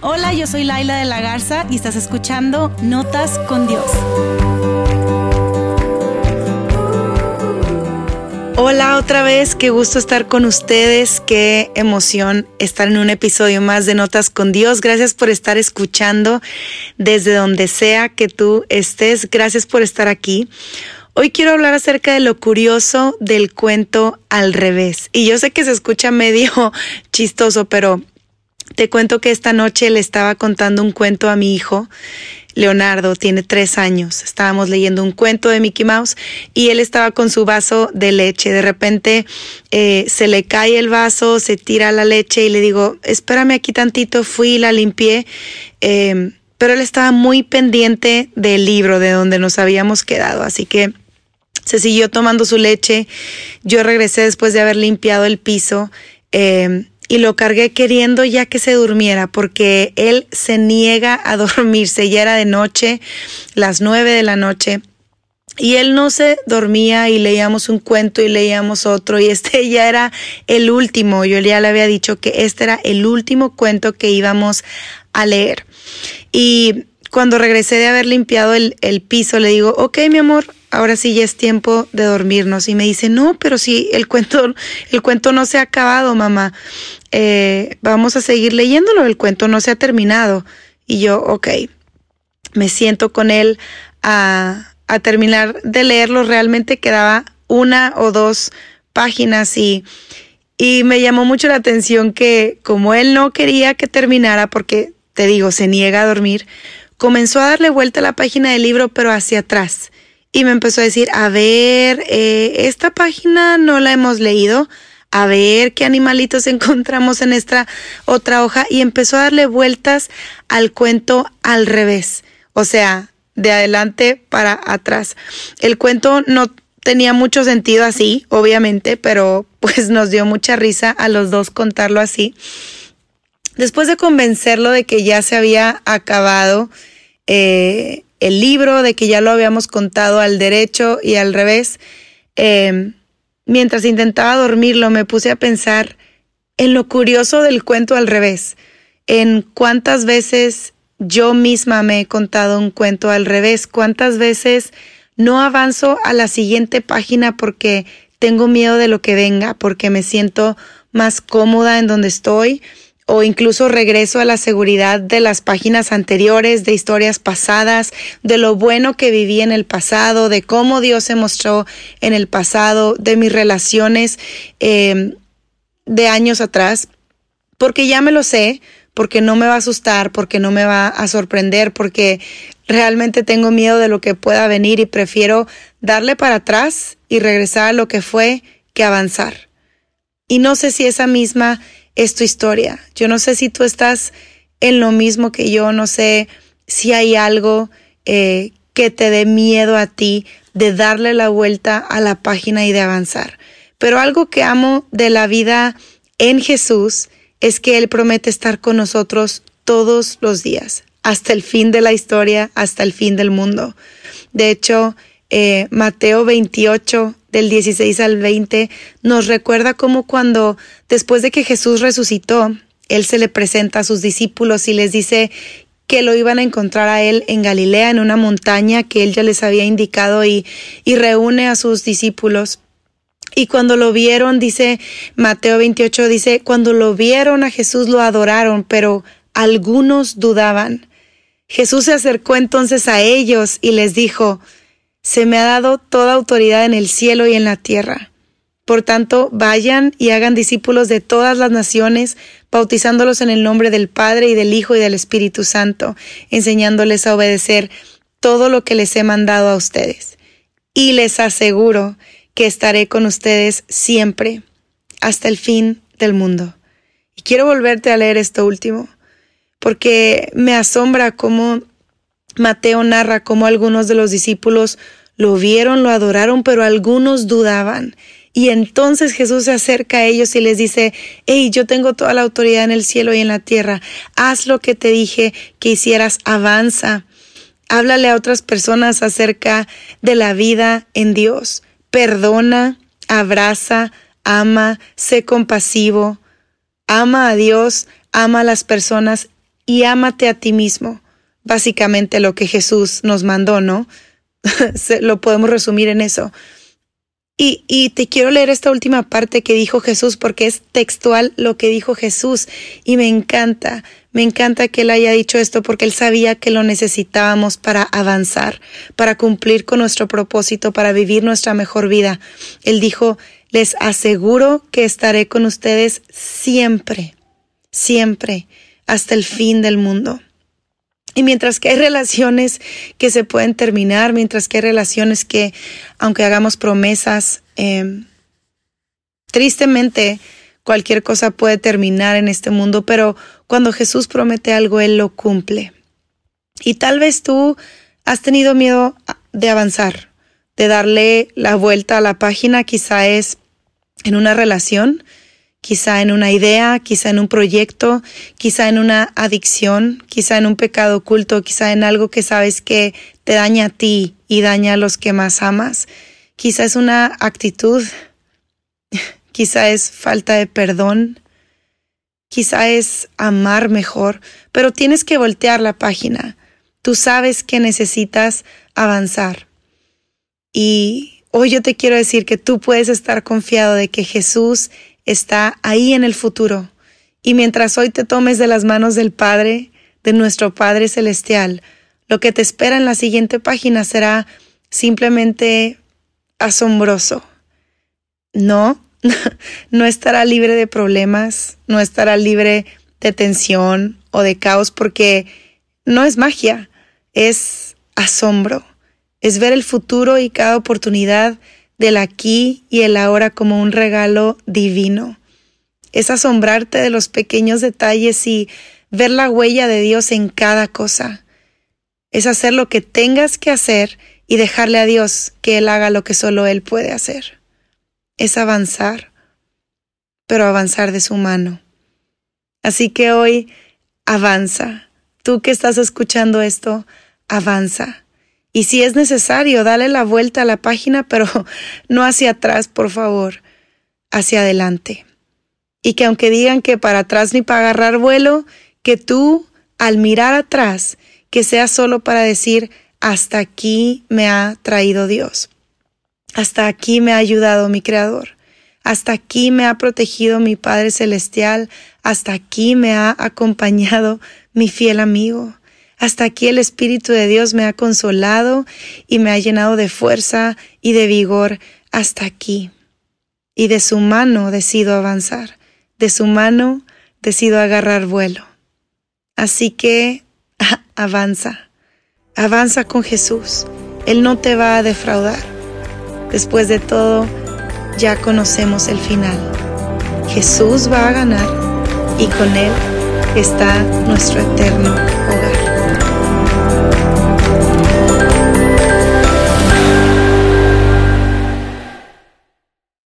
Hola, yo soy Laila de la Garza y estás escuchando Notas con Dios. Hola otra vez, qué gusto estar con ustedes, qué emoción estar en un episodio más de Notas con Dios. Gracias por estar escuchando desde donde sea que tú estés, gracias por estar aquí. Hoy quiero hablar acerca de lo curioso del cuento al revés. Y yo sé que se escucha medio chistoso, pero te cuento que esta noche le estaba contando un cuento a mi hijo, Leonardo, tiene 3 años. Estábamos leyendo un cuento de Mickey Mouse y él estaba con su vaso de leche. De repente se le cae el vaso, se tira la leche y le digo, espérame aquí tantito, fui y la limpié. Pero él estaba muy pendiente del libro de donde nos habíamos quedado, así que se siguió tomando su leche. Yo regresé después de haber limpiado el piso y lo cargué queriendo ya que se durmiera, porque él se niega a dormirse. Ya era de noche, las 9 de la noche, y él no se dormía y leíamos un cuento y leíamos otro, y este ya era el último. Yo ya le había dicho que este era el último cuento que íbamos a leer. Y cuando regresé de haber limpiado el piso, le digo, ok, mi amor, ahora sí ya es tiempo de dormirnos. Y me dice, no, pero sí, el cuento no se ha acabado, mamá. Vamos a seguir leyéndolo, el cuento no se ha terminado. Y yo, ok, me siento con él a terminar de leerlo. Realmente quedaba 1 o 2 páginas y me llamó mucho la atención que como él no quería que terminara, porque te digo, se niega a dormir, comenzó a darle vuelta a la página del libro, pero hacia atrás. Y me empezó a decir, a ver, esta página no la hemos leído, a ver qué animalitos encontramos en esta otra hoja. Y empezó a darle vueltas al cuento al revés, o sea, de adelante para atrás. El cuento no tenía mucho sentido así, obviamente, pero pues nos dio mucha risa a los dos contarlo así. Después de convencerlo de que ya se había acabado el libro, de que ya lo habíamos contado al derecho y al revés, mientras intentaba dormirlo, me puse a pensar en lo curioso del cuento al revés, en cuántas veces yo misma me he contado un cuento al revés, cuántas veces no avanzo a la siguiente página porque tengo miedo de lo que venga, porque me siento más cómoda en donde estoy, o incluso regreso a la seguridad de las páginas anteriores, de historias pasadas, de lo bueno que viví en el pasado, de cómo Dios se mostró en el pasado, de mis relaciones de años atrás, porque ya me lo sé, porque no me va a asustar, porque no me va a sorprender, porque realmente tengo miedo de lo que pueda venir y prefiero darle para atrás y regresar a lo que fue que avanzar. Y no sé si esa misma es tu historia. Yo no sé si tú estás en lo mismo que yo, no sé si hay algo que te dé miedo a ti de darle la vuelta a la página y de avanzar. Pero algo que amo de la vida en Jesús es que Él promete estar con nosotros todos los días, hasta el fin de la historia, hasta el fin del mundo. De hecho, Mateo 28, del 16 al 20, nos recuerda cómo cuando, después de que Jesús resucitó, Él se le presenta a sus discípulos y les dice que lo iban a encontrar a Él en Galilea, en una montaña que Él ya les había indicado, y reúne a sus discípulos. Y cuando lo vieron, dice Mateo 28, dice, cuando lo vieron a Jesús lo adoraron, pero algunos dudaban. Jesús se acercó entonces a ellos y les dijo, se me ha dado toda autoridad en el cielo y en la tierra. Por tanto, vayan y hagan discípulos de todas las naciones, bautizándolos en el nombre del Padre y del Hijo y del Espíritu Santo, enseñándoles a obedecer todo lo que les he mandado a ustedes. Y les aseguro que estaré con ustedes siempre, hasta el fin del mundo. Y quiero volverte a leer esto último, porque me asombra cómo Mateo narra cómo algunos de los discípulos lo vieron, lo adoraron, pero algunos dudaban. Y entonces Jesús se acerca a ellos y les dice, hey, yo tengo toda la autoridad en el cielo y en la tierra. Haz lo que te dije que hicieras, avanza. Háblale a otras personas acerca de la vida en Dios. Perdona, abraza, ama, sé compasivo. Ama a Dios, ama a las personas y ámate a ti mismo. Básicamente lo que Jesús nos mandó, ¿no? Lo podemos resumir en eso. Y te quiero leer esta última parte que dijo Jesús porque es textual lo que dijo Jesús y me encanta que Él haya dicho esto porque Él sabía que lo necesitábamos para avanzar, para cumplir con nuestro propósito, para vivir nuestra mejor vida. Él dijo, les aseguro que estaré con ustedes siempre, siempre, hasta el fin del mundo. Y mientras que hay relaciones que se pueden terminar, mientras que hay relaciones que, aunque hagamos promesas, tristemente cualquier cosa puede terminar en este mundo, pero cuando Jesús promete algo, Él lo cumple. Y tal vez tú has tenido miedo de avanzar, de darle la vuelta a la página, quizá es en una relación, quizá en una idea, quizá en un proyecto, quizá en una adicción, quizá en un pecado oculto, quizá en algo que sabes que te daña a ti y daña a los que más amas. Quizá es una actitud, quizá es falta de perdón, quizá es amar mejor, pero tienes que voltear la página. Tú sabes que necesitas avanzar. Y hoy yo te quiero decir que tú puedes estar confiado de que Jesús está ahí en el futuro. Y mientras hoy te tomes de las manos del Padre, de nuestro Padre Celestial, lo que te espera en la siguiente página será simplemente asombroso. No estará libre de problemas, no estará libre de tensión o de caos, porque no es magia, es asombro. Es ver el futuro y cada oportunidad del aquí y el ahora como un regalo divino. Es asombrarte de los pequeños detalles y ver la huella de Dios en cada cosa. Es hacer lo que tengas que hacer y dejarle a Dios que Él haga lo que solo Él puede hacer. Es avanzar, pero avanzar de su mano. Así que hoy avanza. Tú que estás escuchando esto, avanza. Y si es necesario, dale la vuelta a la página, pero no hacia atrás, por favor, hacia adelante. Y que aunque digan que para atrás ni para agarrar vuelo, que tú, al mirar atrás, que sea solo para decir, hasta aquí me ha traído Dios. Hasta aquí me ha ayudado mi Creador. Hasta aquí me ha protegido mi Padre Celestial. Hasta aquí me ha acompañado mi fiel amigo. Hasta aquí el Espíritu de Dios me ha consolado y me ha llenado de fuerza y de vigor. Hasta aquí. Y de su mano decido avanzar. De su mano decido agarrar vuelo. Así que avanza. Avanza con Jesús. Él no te va a defraudar. Después de todo, ya conocemos el final. Jesús va a ganar y con Él está nuestro eterno